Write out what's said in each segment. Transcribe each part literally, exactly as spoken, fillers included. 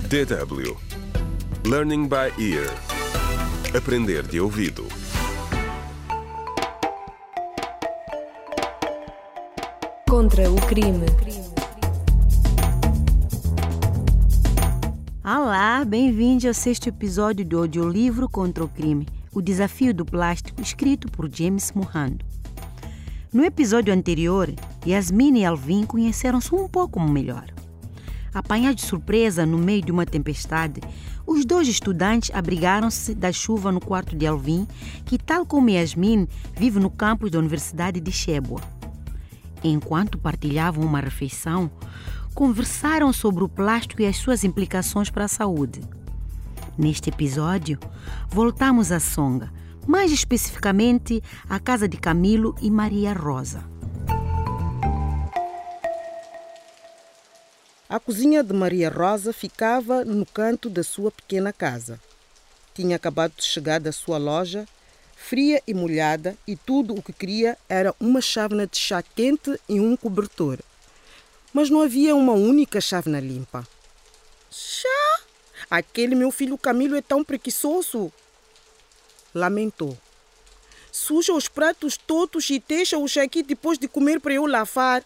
D W Learning by Ear. Aprender de ouvido. Contra o crime. Olá, bem-vindos ao sexto episódio do audiolivro Contra o Crime, o desafio do plástico, escrito por James Mohando. No episódio anterior, Yasmin e Alvin conheceram-se um pouco melhor. Apanhados de surpresa no meio de uma tempestade, os dois estudantes abrigaram-se da chuva no quarto de Alvin, que, tal como Yasmin, vive no campus da Universidade de Sheboa. Enquanto partilhavam uma refeição, conversaram sobre o plástico e as suas implicações para a saúde. Neste episódio, voltamos a Songa, mais especificamente à casa de Camilo e Maria Rosa. A cozinha de Maria Rosa ficava no canto da sua pequena casa. Tinha acabado de chegar da sua loja, fria e molhada, e tudo o que queria era uma chávena de chá quente e um cobertor. Mas não havia uma única chávena limpa. Chá? Aquele meu filho Camilo é tão preguiçoso. Lamentou. Suja os pratos todos e deixa-os aqui depois de comer para eu lavar.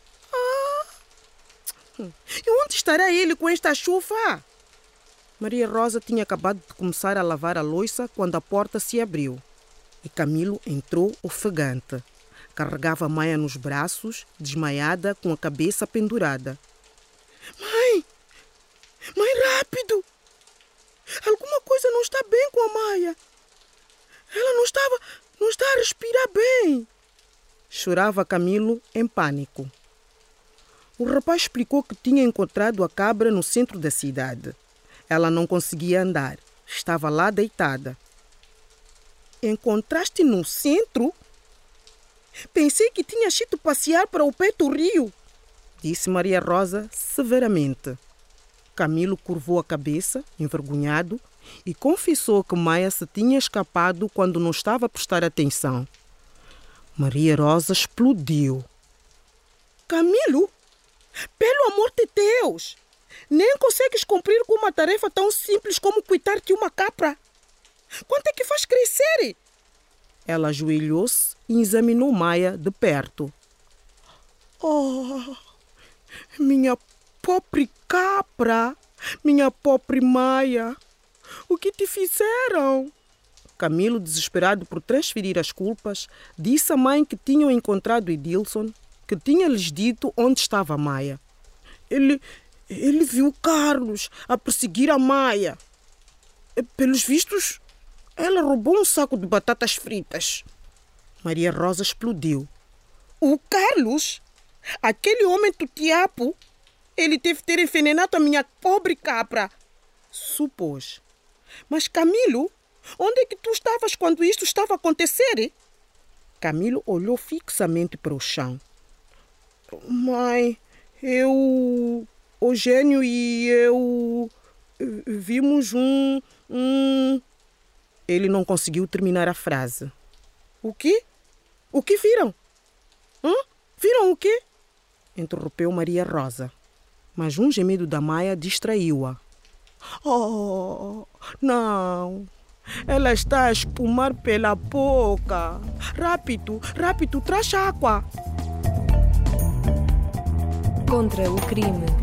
E onde estará ele com esta chuva? Maria Rosa tinha acabado de começar a lavar a louça quando a porta se abriu. E Camilo entrou ofegante. Carregava Maia nos braços, desmaiada, com a cabeça pendurada. Mãe! Mãe, rápido! Alguma coisa não está bem com a Maia. Ela não estava, não está a respirar bem. Chorava Camilo em pânico. O rapaz explicou que tinha encontrado a cabra no centro da cidade. Ela não conseguia andar. Estava lá deitada. Encontraste no centro? Pensei que tinhas ido passear para o pé do rio, disse Maria Rosa severamente. Camilo curvou a cabeça, envergonhado, e confessou que Maia se tinha escapado quando não estava a prestar atenção. Maria Rosa explodiu. Camilo? Pelo amor de Deus! Nem consegues cumprir com uma tarefa tão simples como cuidar de uma capra? Quanto é que faz crescer? Ela ajoelhou-se e examinou Maia de perto. Oh, minha pobre capra, minha pobre Maia, o que te fizeram? Camilo, desesperado por transferir as culpas, disse à mãe que tinham encontrado Edilson, que tinha lhes dito onde estava a Maia. Ele, ele viu Carlos a perseguir a Maia. Pelos vistos, ela roubou um saco de batatas fritas. Maria Rosa explodiu. O Carlos? Aquele homem do diabo? Ele deve ter envenenado a minha pobre cabra, supôs. Mas Camilo, onde é que tu estavas quando isto estava a acontecer? Camilo olhou fixamente para o chão. Mãe, eu, Eugênio e eu vimos um, um... Ele não conseguiu terminar a frase. O quê? O que viram? Hã? Viram o quê? Interrompeu Maria Rosa. Mas um gemido da Maia distraiu-a. Oh, não! Ela está a espumar pela boca. Rápido, rápido, traz água. Contra o crime.